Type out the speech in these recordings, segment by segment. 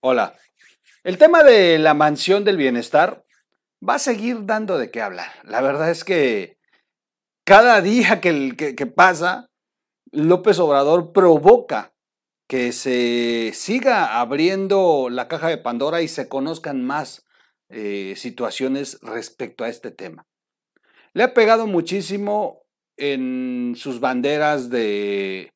Hola. El tema de la mansión del bienestar va a seguir dando de qué hablar. La verdad es que cada día que pasa, López Obrador provoca que se siga abriendo la caja de Pandora y se conozcan más situaciones respecto a este tema. Le ha pegado muchísimo en sus banderas de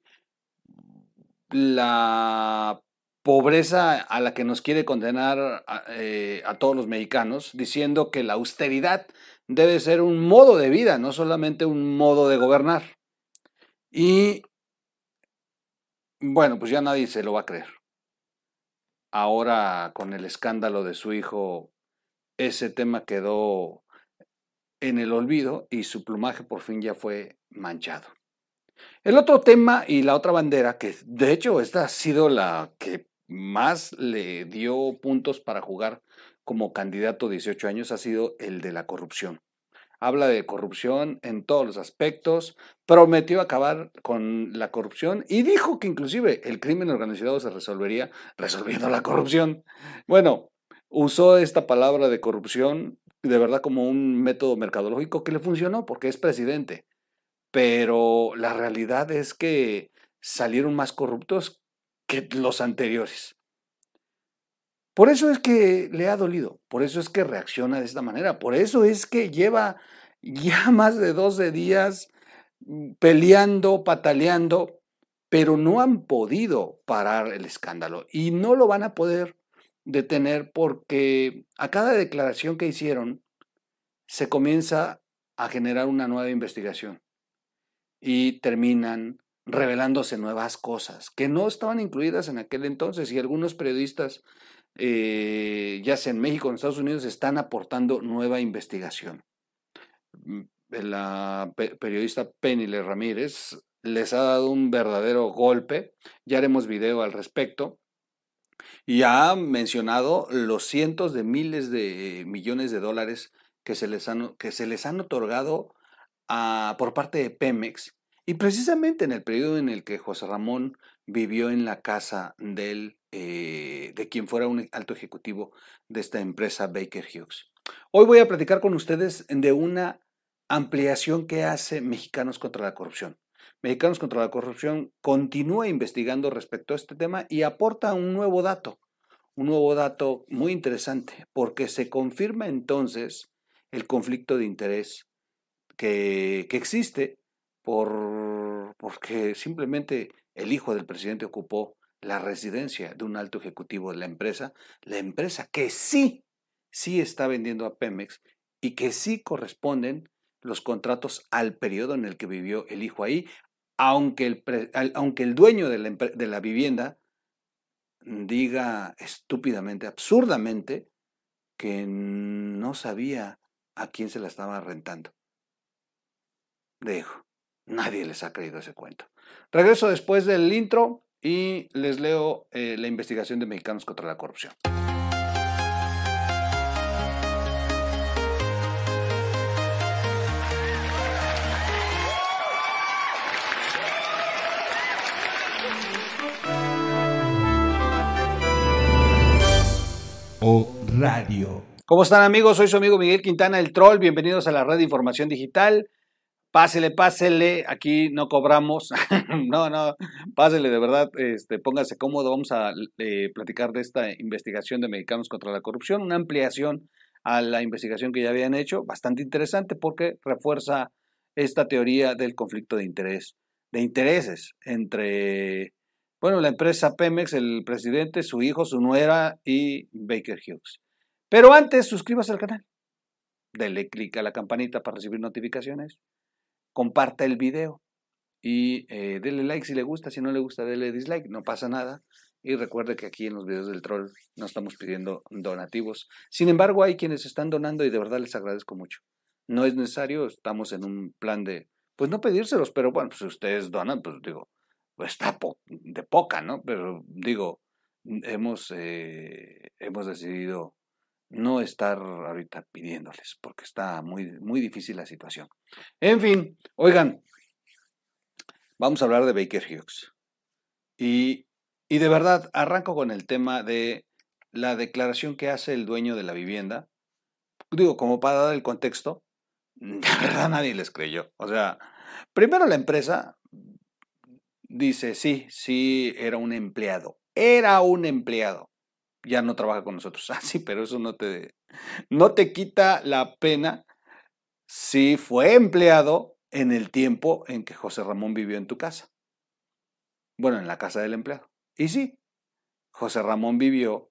la pobreza a la que nos quiere condenar a todos los mexicanos, diciendo que la austeridad debe ser un modo de vida, no solamente un modo de gobernar. Y bueno, pues ya nadie se lo va a creer. Ahora, con el escándalo de su hijo, ese tema quedó en el olvido y su plumaje por fin ya fue manchado. El otro tema y la otra bandera, que de hecho esta ha sido la que más le dio puntos para jugar como candidato 18 años, ha sido el de la corrupción. Habla de corrupción en todos los aspectos, prometió acabar con la corrupción y dijo que inclusive el crimen organizado se resolvería resolviendo la corrupción. Bueno, usó esta palabra de corrupción de verdad como un método mercadológico que le funcionó porque es presidente, pero la realidad es que salieron más corruptos que los anteriores. Por eso es que le ha dolido, por eso es que reacciona de esta manera, por eso es que lleva ya más de 12 días peleando, pataleando, pero no han podido parar el escándalo y no lo van a poder detener porque a cada declaración que hicieron se comienza a generar una nueva investigación y terminan revelándose nuevas cosas que no estaban incluidas en aquel entonces y algunos periodistas, ya sea en México o en Estados Unidos, están aportando nueva investigación. La periodista Penile Ramírez les ha dado un verdadero golpe, ya haremos video al respecto, y ha mencionado los cientos de miles de millones de dólares que se les han otorgado por parte de Pemex, y precisamente en el periodo en el que José Ramón vivió en la casa de quien fuera un alto ejecutivo de esta empresa Baker Hughes. Hoy voy a platicar con ustedes de una ampliación que hace Mexicanos contra la Corrupción. Mexicanos contra la Corrupción continúa investigando respecto a este tema y aporta un nuevo dato muy interesante, porque se confirma entonces el conflicto de interés que existe porque simplemente el hijo del presidente ocupó la residencia de un alto ejecutivo de la empresa que sí está vendiendo a Pemex y que sí corresponden los contratos al periodo en el que vivió el hijo ahí, aunque el dueño de la vivienda diga estúpidamente, absurdamente, que no sabía a quién se la estaba rentando. Dejo, nadie les ha creído ese cuento. Regreso después del intro y les leo la investigación de Mexicanos contra la Corrupción. Radio. ¿Cómo están, amigos? Soy su amigo Miguel Quintana, el Troll. Bienvenidos a la red de información digital. Pásele, aquí no cobramos. no, pásele de verdad, póngase cómodo. Vamos a platicar de esta investigación de Mexicanos contra la Corrupción, una ampliación a la investigación que ya habían hecho, bastante interesante porque refuerza esta teoría del conflicto de intereses entre, bueno, la empresa Pemex, el presidente, su hijo, su nuera y Baker Hughes. Pero antes, suscríbase al canal, denle clic a la campanita para recibir notificaciones, comparta el video y denle like si le gusta, si no le gusta denle dislike, no pasa nada. Y recuerde que aquí en los videos del Troll no estamos pidiendo donativos. Sin embargo, hay quienes están donando y de verdad les agradezco mucho. No es necesario, estamos en un plan de, pues no pedírselos, pero bueno, pues si ustedes donan, pues digo, pues está de poca, ¿no? Pero digo, hemos decidido no estar ahorita pidiéndoles porque está muy, muy difícil la situación. En fin, oigan, vamos a hablar de Baker Hughes. Y de verdad, arranco con el tema de la declaración que hace el dueño de la vivienda, digo, como para dar el contexto, de verdad nadie les creyó. O sea, primero la empresa dice, sí, era un empleado, ya no trabaja con nosotros. Ah, sí, pero eso no te quita la pena si fue empleado en el tiempo en que José Ramón vivió en tu casa. Bueno, en la casa del empleado. Y sí, José Ramón vivió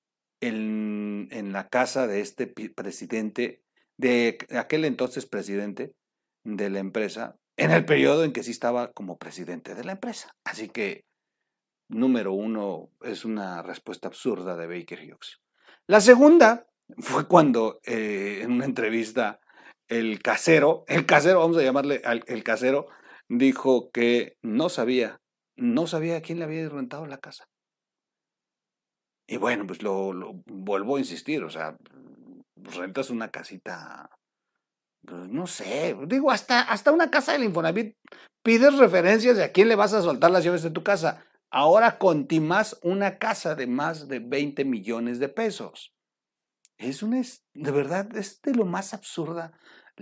en la casa de este presidente, de aquel entonces presidente de la empresa, en el periodo en que sí estaba como presidente de la empresa. Así que, número uno, es una respuesta absurda de Baker Hughes. La segunda fue cuando en una entrevista el casero, vamos a llamarle el casero, dijo que no sabía a quién le había rentado la casa. Y bueno, pues lo vuelvo a insistir, o sea, rentas una casita, pues no sé, digo, hasta una casa del Infonavit, pides referencias de a quién le vas a soltar las llaves de tu casa. Ahora contimas una casa de más de 20 millones de pesos. De verdad, es de lo más absurda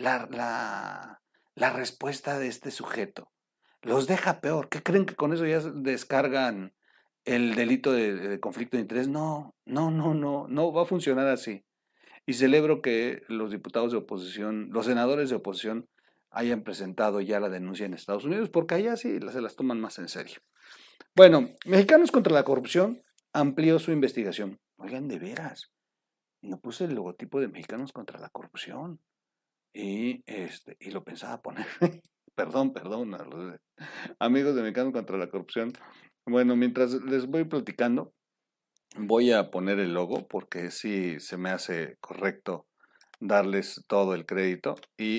la respuesta de este sujeto. Los deja peor. ¿Qué creen que con eso ya descargan el delito de conflicto de interés? No va a funcionar así. Y celebro que los diputados de oposición, los senadores de oposición, hayan presentado ya la denuncia en Estados Unidos, porque allá sí se las toman más en serio. Bueno, Mexicanos contra la Corrupción amplió su investigación. Oigan, de veras, no puse el logotipo de Mexicanos contra la Corrupción. Y lo pensaba poner. Perdón, a los amigos de Mexicanos contra la Corrupción. Bueno, mientras les voy platicando, voy a poner el logo porque sí se me hace correcto darles todo el crédito.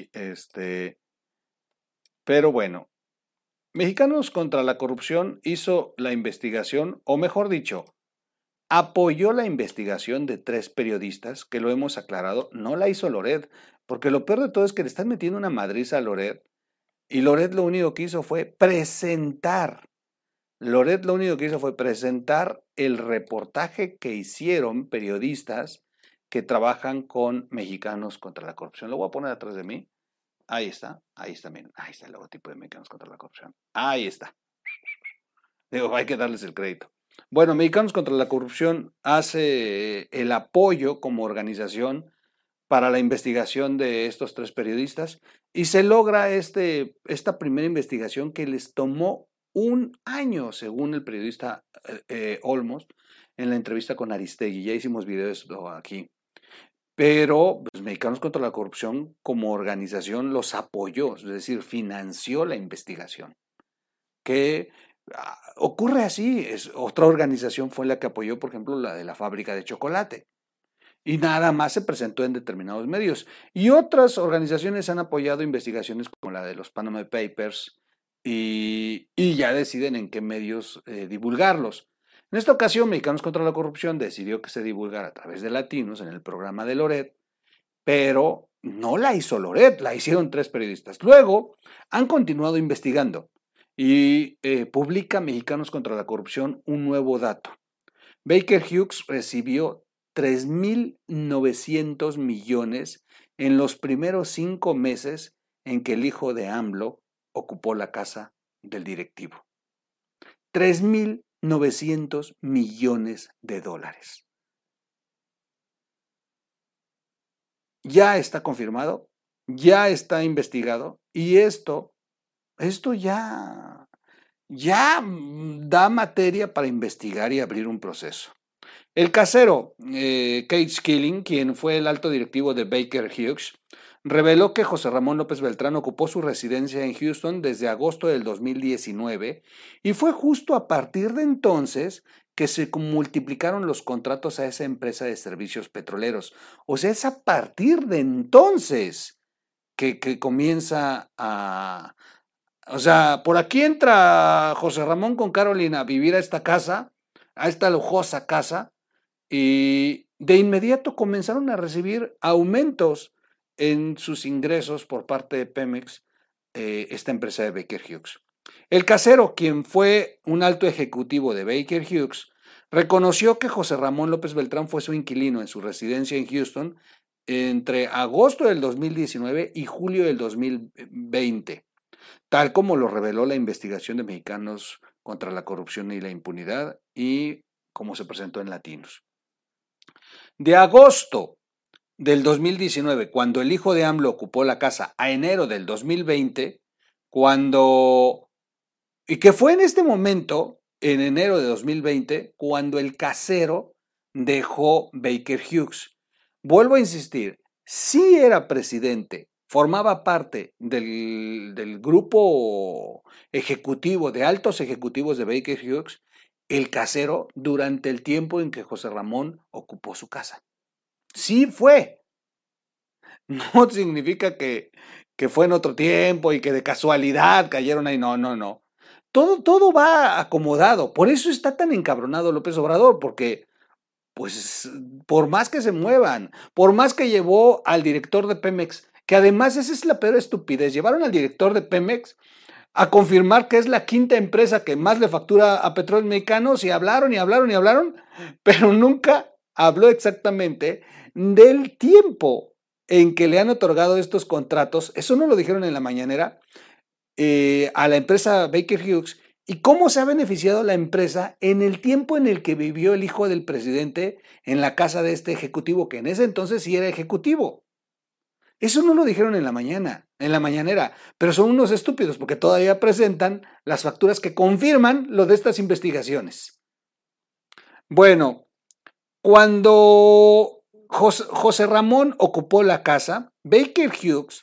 Pero bueno, Mexicanos contra la Corrupción hizo la investigación, o mejor dicho, apoyó la investigación de 3 periodistas, que lo hemos aclarado, no la hizo Loret, porque lo peor de todo es que le están metiendo una madriza a Loret, y Loret lo único que hizo fue presentar el reportaje que hicieron periodistas que trabajan con Mexicanos contra la Corrupción. Lo voy a poner atrás de mí. Ahí está, miren, ahí está el logotipo de Mexicanos contra la Corrupción. Ahí está. Digo, hay que darles el crédito. Bueno, Mexicanos contra la Corrupción hace el apoyo como organización para la investigación de estos 3 periodistas y se logra esta primera investigación que les tomó un año, según el periodista Olmos, en la entrevista con Aristegui. Ya hicimos videos aquí. Pero pues, Mexicanos contra la Corrupción como organización los apoyó, es decir, financió la investigación. Que ocurre así, otra organización fue la que apoyó, por ejemplo, la de la fábrica de chocolate. Y nada más se presentó en determinados medios. Y otras organizaciones han apoyado investigaciones como la de los Panama Papers y ya deciden en qué medios divulgarlos. En esta ocasión, Mexicanos contra la Corrupción decidió que se divulgara a través de Latinos en el programa de Loret, pero no la hizo Loret, la hicieron 3 periodistas. Luego han continuado investigando y publica Mexicanos contra la Corrupción un nuevo dato. Baker Hughes recibió 3.900 millones en los primeros 5 meses en que el hijo de AMLO ocupó la casa del directivo. 3.900 millones de dólares. Ya está confirmado, ya está investigado y esto ya da materia para investigar y abrir un proceso. El casero, Kate Skilling, quien fue el alto directivo de Baker Hughes, reveló que José Ramón López Beltrán ocupó su residencia en Houston desde agosto del 2019 y fue justo a partir de entonces que se multiplicaron los contratos a esa empresa de servicios petroleros. O sea, es a partir de entonces que comienza a... O sea, por aquí entra José Ramón con Carolina a vivir a esta casa, a esta lujosa casa, y de inmediato comenzaron a recibir aumentos en sus ingresos por parte de Pemex, esta empresa de Baker Hughes. El casero, quien fue un alto ejecutivo de Baker Hughes, reconoció que José Ramón López Beltrán fue su inquilino en su residencia en Houston entre agosto del 2019 y julio del 2020, tal como lo reveló la investigación de Mexicanos contra la Corrupción y la Impunidad y como se presentó en Latinos. De agosto del 2019, cuando el hijo de AMLO ocupó la casa, a enero del 2020, y que fue en este momento, en enero de 2020, cuando el casero dejó Baker Hughes. Vuelvo a insistir, sí era presidente, formaba parte del grupo ejecutivo, de altos ejecutivos de Baker Hughes, el casero durante el tiempo en que José Ramón ocupó su casa. Sí fue. No significa que fue en otro tiempo y que de casualidad cayeron ahí. No, no, no. Todo va acomodado. Por eso está tan encabronado López Obrador, porque, pues, por más que se muevan, por más que llevó al director de Pemex, que además esa es la peor estupidez, llevaron al director de Pemex a confirmar que es la quinta empresa que más le factura a Petróleos Mexicanos y hablaron y hablaron y hablaron, pero nunca habló exactamente del tiempo en que le han otorgado estos contratos. Eso no lo dijeron en la mañanera a la empresa Baker Hughes y cómo se ha beneficiado la empresa en el tiempo en el que vivió el hijo del presidente en la casa de este ejecutivo, que en ese entonces sí era ejecutivo. Eso no lo dijeron en la mañanera, pero son unos estúpidos porque todavía presentan las facturas que confirman lo de estas investigaciones. Bueno, cuando José Ramón ocupó la casa, Baker Hughes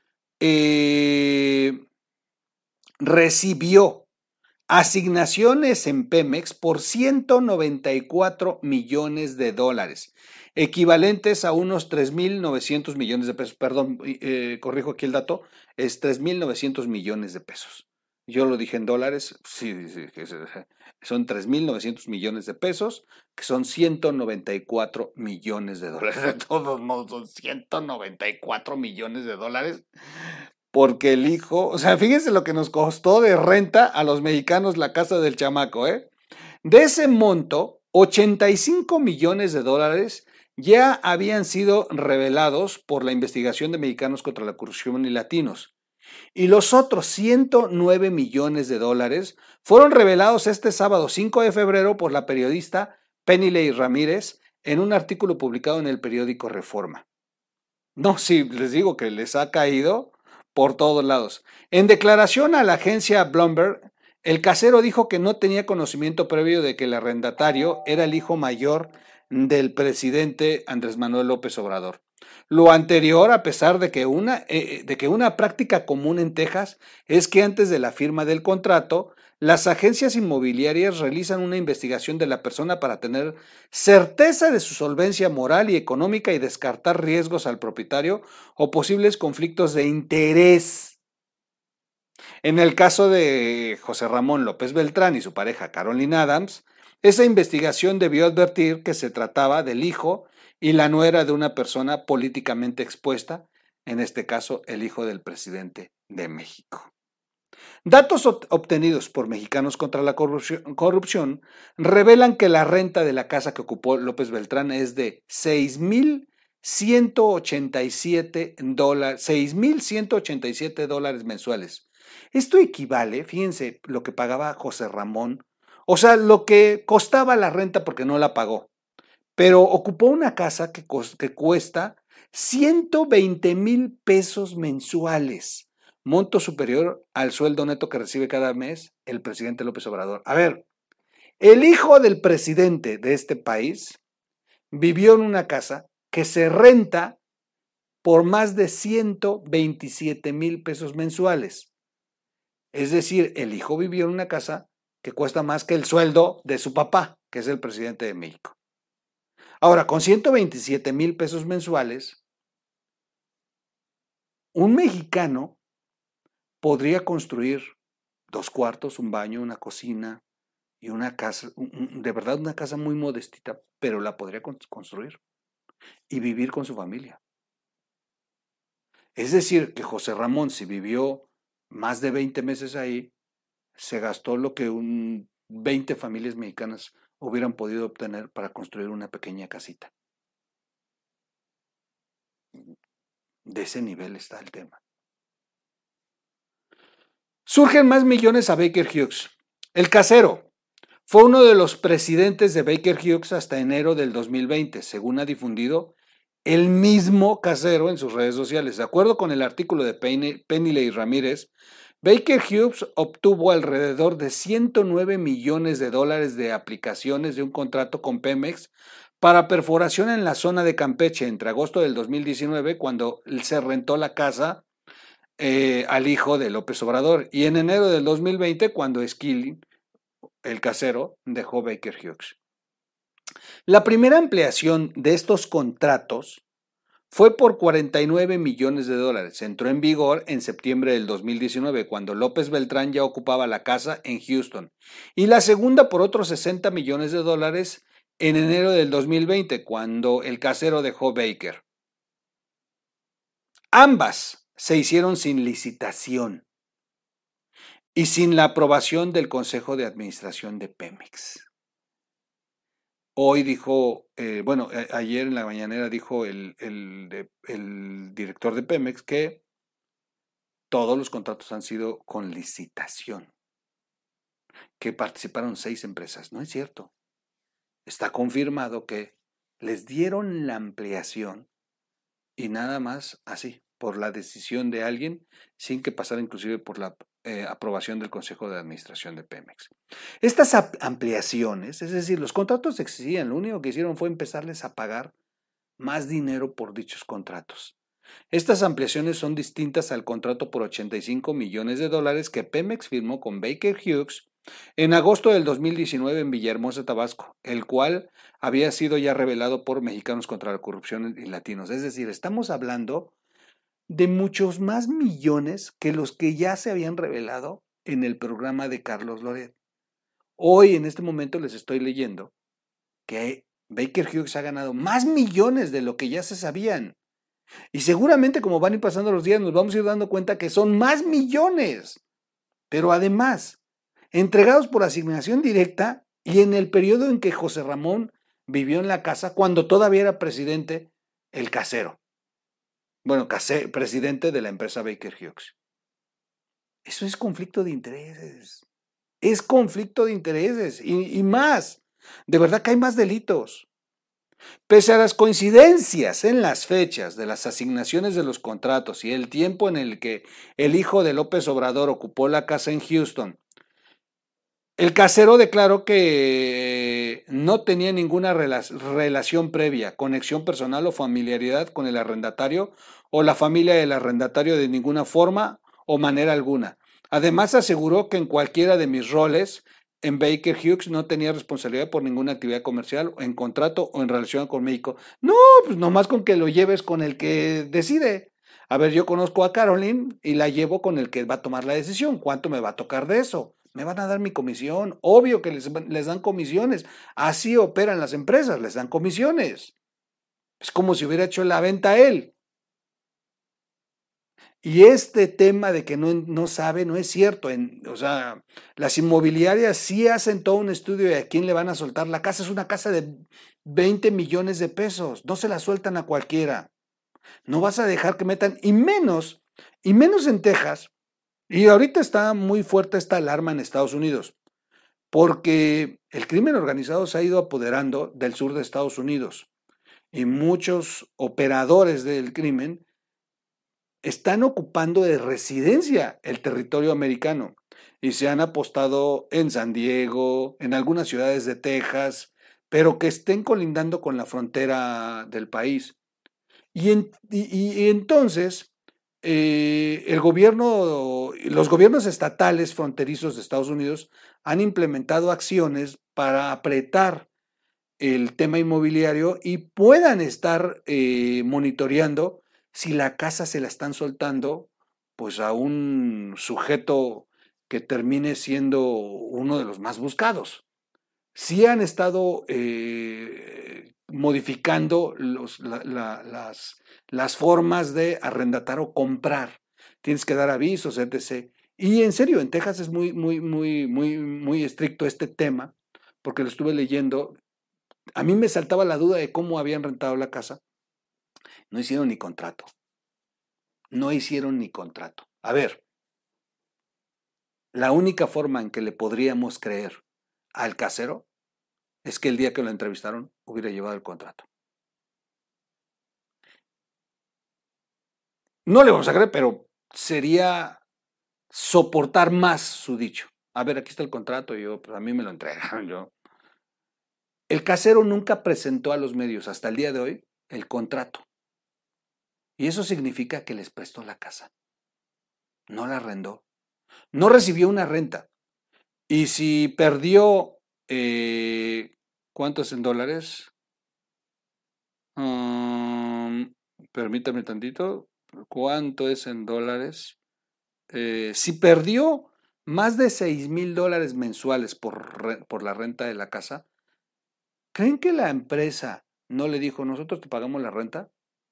recibió asignaciones en Pemex por 194 millones de dólares, equivalentes a unos 3,900 millones de pesos. Perdón, corrijo aquí el dato, es 3,900 millones de pesos. Yo lo dije en dólares, sí, son 3,900 millones de pesos, que son 194 millones de dólares. De todos modos, son 194 millones de dólares. Porque el hijo, o sea, fíjense lo que nos costó de renta a los mexicanos la casa del chamaco, ¿eh? De ese monto, 85 millones de dólares ya habían sido revelados por la investigación de Mexicanos contra la Corrupción y Latinos. Y los otros 109 millones de dólares fueron revelados este sábado 5 de febrero por la periodista Penilei Ramírez en un artículo publicado en el periódico Reforma. No, sí, les digo que les ha caído por todos lados. En declaración a la agencia Bloomberg, el casero dijo que no tenía conocimiento previo de que el arrendatario era el hijo mayor del presidente Andrés Manuel López Obrador. Lo anterior, a pesar de que una práctica común en Texas es que antes de la firma del contrato, las agencias inmobiliarias realizan una investigación de la persona para tener certeza de su solvencia moral y económica y descartar riesgos al propietario o posibles conflictos de interés. En el caso de José Ramón López Beltrán y su pareja Caroline Adams, esa investigación debió advertir que se trataba del hijo y la nuera de una persona políticamente expuesta, en este caso el hijo del presidente de México. Datos obtenidos por Mexicanos contra la Corrupción revelan que la renta de la casa que ocupó López Beltrán es de $6,187 mensuales. Esto equivale, fíjense lo que pagaba José Ramón, o sea, lo que costaba la renta porque no la pagó, pero ocupó una casa que cuesta 120,000 pesos mensuales, monto superior al sueldo neto que recibe cada mes el presidente López Obrador. A ver, el hijo del presidente de este país vivió en una casa que se renta por más de 127,000 pesos mensuales. Es decir, el hijo vivió en una casa que cuesta más que el sueldo de su papá, que es el presidente de México. Ahora, con 127,000 pesos mensuales, un mexicano podría construir 2 cuartos, un baño, una cocina y una casa, de verdad una casa muy modestita, pero la podría construir y vivir con su familia. Es decir, que José Ramón, si vivió más de 20 meses ahí, se gastó lo que 20 familias mexicanas hubieran podido obtener para construir una pequeña casita. De ese nivel está el tema. Surgen más millones a Baker Hughes. El casero fue uno de los presidentes de Baker Hughes hasta enero del 2020, según ha difundido el mismo casero en sus redes sociales. De acuerdo con el artículo de Penilei Ramírez, Baker Hughes obtuvo alrededor de $109 millones de aplicaciones de un contrato con Pemex para perforación en la zona de Campeche entre agosto del 2019, cuando se rentó la casa al hijo de López Obrador, y en enero del 2020, cuando Skilling, el casero, dejó Baker Hughes. La primera ampliación de estos contratos fue por $49 millones. Entró en vigor en septiembre del 2019, cuando López Beltrán ya ocupaba la casa en Houston. Y la segunda por otros $60 millones en enero del 2020, cuando el casero dejó Baker. Ambas se hicieron sin licitación y sin la aprobación del Consejo de Administración de Pemex. Hoy dijo, ayer en la mañanera dijo el director de Pemex que todos los contratos han sido con licitación, que participaron 6 empresas. No es cierto. Está confirmado que les dieron la ampliación y nada más así, por la decisión de alguien, sin que pasara inclusive por la aprobación del Consejo de Administración de Pemex. Estas ampliaciones, es decir, los contratos existían, lo único que hicieron fue empezarles a pagar más dinero por dichos contratos. Estas ampliaciones son distintas al contrato por $85 millones que Pemex firmó con Baker Hughes en agosto del 2019 en Villahermosa, Tabasco, el cual había sido ya revelado por Mexicanos contra la Corrupción y Latinos. Es decir, estamos hablando de muchos más millones que los que ya se habían revelado en el programa de Carlos Loret. Hoy, en este momento, les estoy leyendo que Baker Hughes ha ganado más millones de lo que ya se sabían. Y seguramente, como van a ir pasando los días, nos vamos a ir dando cuenta que son más millones. Pero además, entregados por asignación directa y en el periodo en que José Ramón vivió en la casa, cuando todavía era presidente, el casero. Bueno, presidente de la empresa Baker Hughes. Eso es conflicto de intereses. Es conflicto de intereses y más. De verdad que hay más delitos. Pese a las coincidencias en las fechas de las asignaciones de los contratos y el tiempo en el que el hijo de López Obrador ocupó la casa en Houston, el casero declaró que no tenía ninguna relación previa, conexión personal o familiaridad con el arrendatario o la familia del arrendatario de ninguna forma o manera alguna. Además, aseguró que en cualquiera de mis roles en Baker Hughes no tenía responsabilidad por ninguna actividad comercial, en contrato o en relación con México. No, pues nomás con que lo lleves con el que decide. A ver, yo conozco a Caroline y la llevo con el que va a tomar la decisión. ¿Cuánto me va a tocar de eso? Me van a dar mi comisión. Obvio que les dan comisiones. Así operan las empresas, les dan comisiones. Es como si hubiera hecho la venta a él. Y este tema de que no sabe no es cierto. Las inmobiliarias sí hacen todo un estudio de a quién le van a soltar la casa. Es una casa de 20 millones de pesos. No se la sueltan a cualquiera. No vas a dejar que metan, y menos en Texas. Y ahorita está muy fuerte esta alarma en Estados Unidos, porque el crimen organizado se ha ido apoderando del sur de Estados Unidos y muchos operadores del crimen están ocupando de residencia el territorio americano y se han apostado en San Diego, en algunas ciudades de Texas, pero que estén colindando con la frontera del país. Y entonces los gobiernos estatales fronterizos de Estados Unidos han implementado acciones para apretar el tema inmobiliario y puedan estar monitoreando si la casa se la están soltando pues a un sujeto que termine siendo uno de los más buscados. Sí han estado modificando las formas de arrendatar o comprar. Tienes que dar avisos, etc. Y en serio, en Texas es muy estricto este tema, porque lo estuve leyendo. A mí me saltaba la duda de cómo habían rentado la casa. No hicieron ni contrato. No hicieron ni contrato. A ver, la única forma en que le podríamos creer al casero es que el día que lo entrevistaron hubiera llevado el contrato. No le vamos a creer, pero sería soportar más su dicho. A ver, aquí está el contrato, pues a mí me lo entregaron. El casero nunca presentó a los medios hasta el día de hoy el contrato. Y eso significa que les prestó la casa. No la arrendó. No recibió una renta. Y si perdió, ¿cuánto es en dólares? Permítame tantito. ¿Cuánto es en dólares? Si perdió más de $6,000 mensuales por la renta de la casa, ¿creen que la empresa no le dijo, nosotros te pagamos la renta?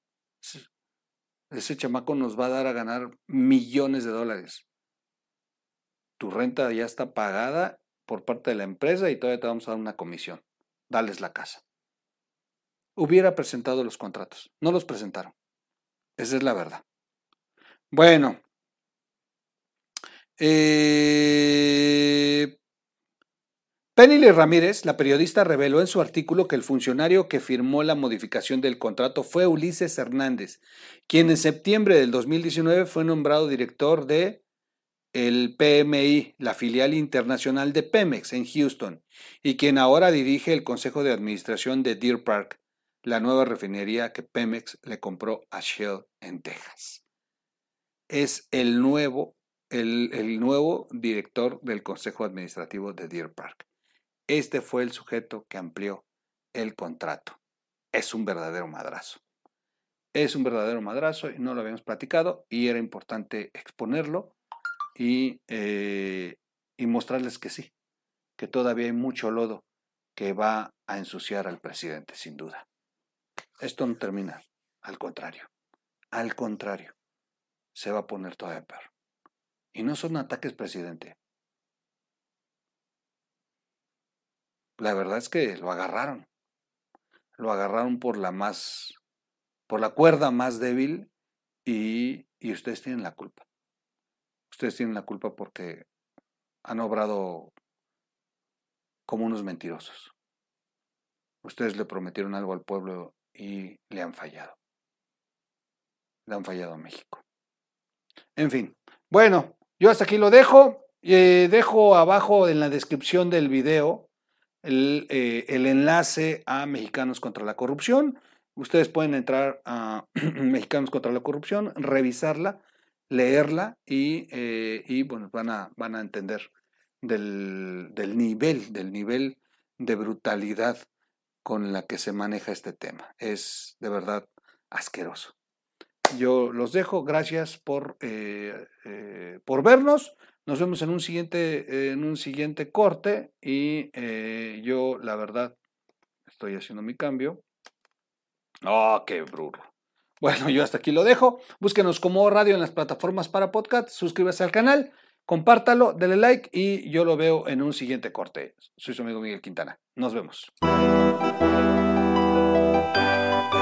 Ese chamaco nos va a dar a ganar millones de dólares. Tu renta ya está pagada por parte de la empresa y todavía te vamos a dar una comisión. Dales la casa. Hubiera presentado los contratos. No los presentaron. Esa es la verdad. Bueno. Penile Ramírez, la periodista, reveló en su artículo que el funcionario que firmó la modificación del contrato fue Ulises Hernández, quien en septiembre del 2019 fue nombrado director de el PMI, la filial internacional de Pemex en Houston, y quien ahora dirige el consejo de administración de Deer Park, la nueva refinería que Pemex le compró a Shell en Texas. Es el nuevo director del consejo administrativo de Deer Park. Este fue el sujeto que amplió el contrato. Es un verdadero madrazo. Es un verdadero madrazo y no lo habíamos platicado y era importante exponerlo y mostrarles que sí, que todavía hay mucho lodo que va a ensuciar al presidente, sin duda. Esto no termina, al contrario, se va a poner todavía peor. Y no son ataques, presidente. La verdad es que lo agarraron por la cuerda más débil y ustedes tienen la culpa. Ustedes tienen la culpa porque han obrado como unos mentirosos. Ustedes le prometieron algo al pueblo y le han fallado. Le han fallado a México. En fin, bueno, yo hasta aquí lo dejo. Dejo abajo en la descripción del video el enlace a Mexicanos contra la Corrupción. Ustedes pueden entrar a Mexicanos contra la Corrupción, revisarla, leerla y bueno, van a entender del nivel de brutalidad con la que se maneja este tema. Es de verdad asqueroso. Yo los dejo, gracias por vernos. Nos vemos en un siguiente corte y yo la verdad estoy haciendo mi cambio. ¡Oh, qué bruto! Bueno, yo hasta aquí lo dejo. Búsquenos como radio en las plataformas para podcast, suscríbase al canal, compártalo, dele like y yo lo veo en un siguiente corte. Soy su amigo Miguel Quintana. Nos vemos.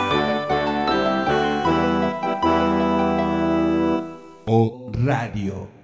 O Radio.